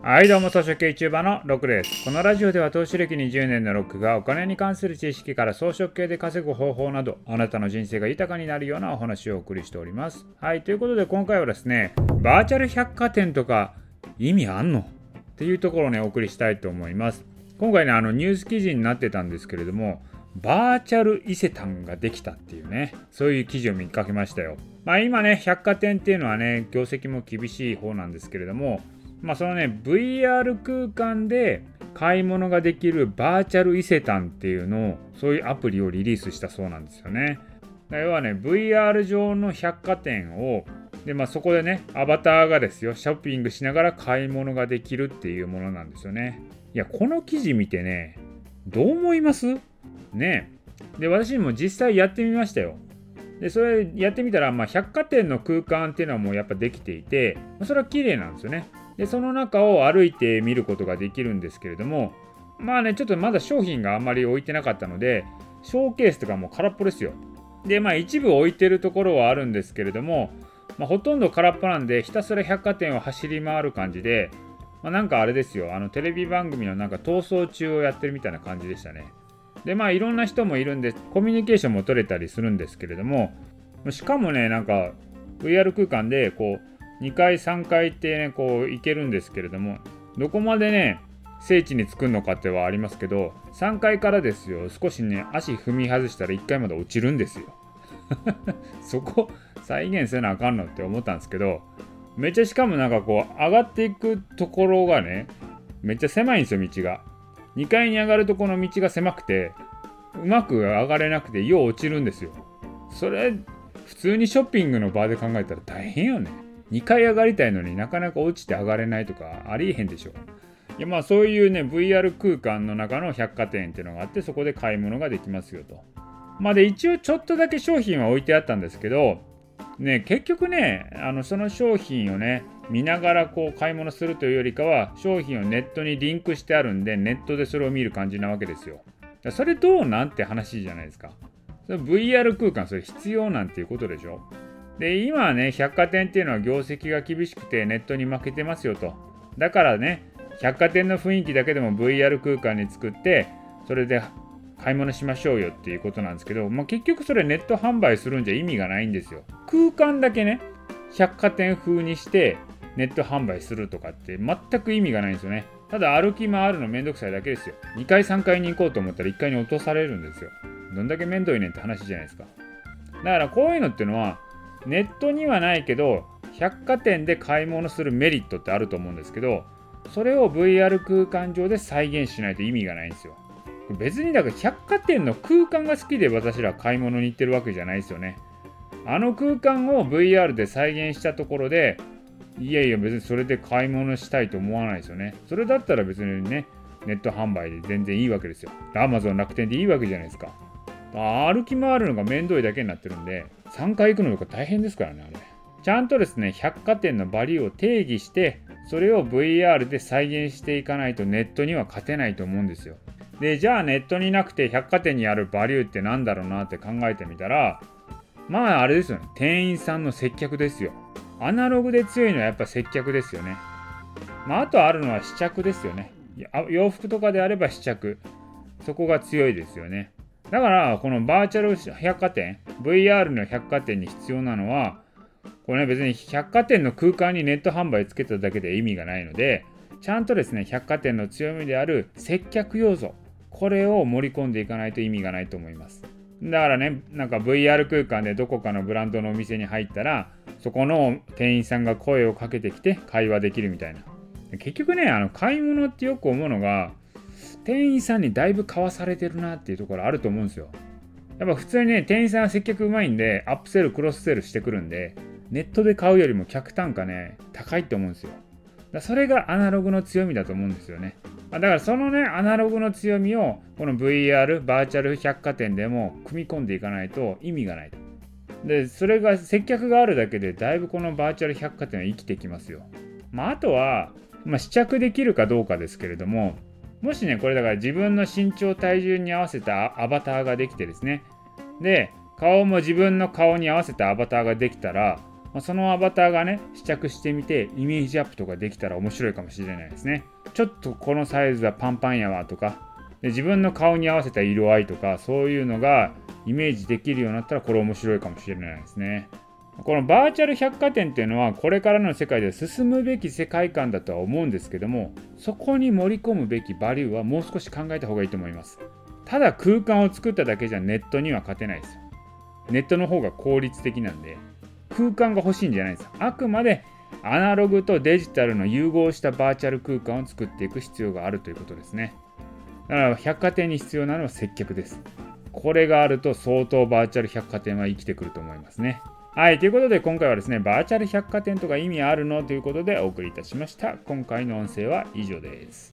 はい、どうも、草食系 YouTuber のロックです。このラジオでは投資歴20年のロックがお金に関する知識から装飾系で稼ぐ方法など、あなたの人生が豊かになるようなお話をお送りしております。はい、ということで今回はですね、バーチャル百貨店とか意味あんのっていうところをね、お送りしたいと思います。今回ね、ニュース記事になってたんですけれども、バーチャル伊勢丹ができたっていうね、そういう記事を見かけましたよ。今ね、百貨店っていうのはね、業績も厳しい方なんですけれども、そのね VR 空間で買い物ができるバーチャル伊勢丹っていうのをそういうアプリをリリースしたそうなんですよね。要はね VR 上の百貨店をで、そこでねアバターがですよショッピングしながら買い物ができるっていうものなんですよね。いやこの記事見てねどう思いますね。で私も実際やってみましたよ。でそれやってみたら、百貨店の空間っていうのはもうやっぱできていてそれは綺麗なんですよね。でその中を歩いて見ることができるんですけれどもちょっとまだ商品があんまり置いてなかったのでショーケースとかも空っぽですよ。で一部置いてるところはあるんですけれども、ほとんど空っぽなんでひたすら百貨店を走り回る感じで、なんかあれですよテレビ番組のなんか逃走中をやってるみたいな感じでしたね。でいろんな人もいるんでコミュニケーションも取れたりするんですけれども、しかもねなんか VR 空間でこう2階3階ってねこう行けるんですけれども、どこまでね聖地に作るのかってはありますけど3階からですよ少しね足踏み外したら1階まで落ちるんですよそこ再現せなあかんのって思ったんですけど、めっちゃしかもなんかこう上がっていくところがねめっちゃ狭いんですよ。道が2階に上がるとこの道が狭くてうまく上がれなくてよう落ちるんですよ。それ普通にショッピングの場で考えたら大変よね。2階上がりたいのになかなか落ちて上がれないとかありえへんでしょ。いやそういうね VR 空間の中の百貨店っていうのがあってそこで買い物ができますよと。で一応ちょっとだけ商品は置いてあったんですけどね、結局ねその商品をね見ながらこう買い物するというよりかは商品をネットにリンクしてあるんでネットでそれを見る感じなわけですよ。それどうなんて話じゃないですか。それ VR 空間それ必要なんていうことでしょ。で今はね百貨店っていうのは業績が厳しくてネットに負けてますよと。だからね百貨店の雰囲気だけでも VR 空間に作ってそれで買い物しましょうよっていうことなんですけど、結局それネット販売するんじゃ意味がないんですよ。空間だけね百貨店風にしてネット販売するとかって全く意味がないんですよね。ただ歩き回るのめんどくさいだけですよ。2階3階に行こうと思ったら1階に落とされるんですよ。どんだけめんどいねんって話じゃないですか。だからこういうのっていうのはネットにはないけど百貨店で買い物するメリットってあると思うんですけど、それを VR 空間上で再現しないと意味がないんですよ。別にだから百貨店の空間が好きで私ら買い物に行ってるわけじゃないですよね。あの空間を VR で再現したところでいやいや別にそれで買い物したいと思わないですよね。それだったら別にねネット販売で全然いいわけですよ。Amazon 楽天でいいわけじゃないですか。歩き回るのがめんどいだけになってるんで3回行くのとか大変ですからね。あれちゃんとですね百貨店のバリューを定義してそれを VR で再現していかないとネットには勝てないと思うんですよ。でじゃあネットになくて百貨店にあるバリューってなんだろうなって考えてみたらあれですよね。店員さんの接客ですよ。アナログで強いのはやっぱ接客ですよね。あとあるのは試着ですよね。洋服とかであれば試着、そこが強いですよね。だからこのバーチャル百貨店 VR の百貨店に必要なのはこれね別に百貨店の空間にネット販売つけただけで意味がないのでちゃんとですね百貨店の強みである接客要素これを盛り込んでいかないと意味がないと思います。だからねなんか VR 空間でどこかのブランドのお店に入ったらそこの店員さんが声をかけてきて会話できるみたいな。結局ね買い物ってよく思うのが店員さんにだいぶ買わされてるなっていうところあると思うんですよ。やっぱ普通にね店員さんは接客うまいんでアップセルクロスセルしてくるんでネットで買うよりも客単価ね高いって思うんですよ。それがアナログの強みだと思うんですよね。だからそのねアナログの強みをこの VR バーチャル百貨店でも組み込んでいかないと意味がない。でそれが接客があるだけでだいぶこのバーチャル百貨店は生きてきますよ。あとは、試着できるかどうかですけれども、もしねこれだから自分の身長体重に合わせたアバターができてですねで顔も自分の顔に合わせたアバターができたらそのアバターがね試着してみてイメージアップとかできたら面白いかもしれないですね。ちょっとこのサイズはパンパンやわとかで、自分の顔に合わせた色合いとかそういうのがイメージできるようになったらこれ面白いかもしれないですね。このバーチャル百貨店っていうのはこれからの世界で進むべき世界観だとは思うんですけども、そこに盛り込むべきバリューはもう少し考えた方がいいと思います。ただ空間を作っただけじゃネットには勝てないですよ。ネットの方が効率的なんで空間が欲しいんじゃないんですよ。あくまでアナログとデジタルの融合したバーチャル空間を作っていく必要があるということですね。だから百貨店に必要なのは接客です。これがあると相当バーチャル百貨店は生きてくると思いますね。はい、ということで今回はですね、バーチャル百貨店とか意味あるのということでお送りいたしました。今回の音声は以上です。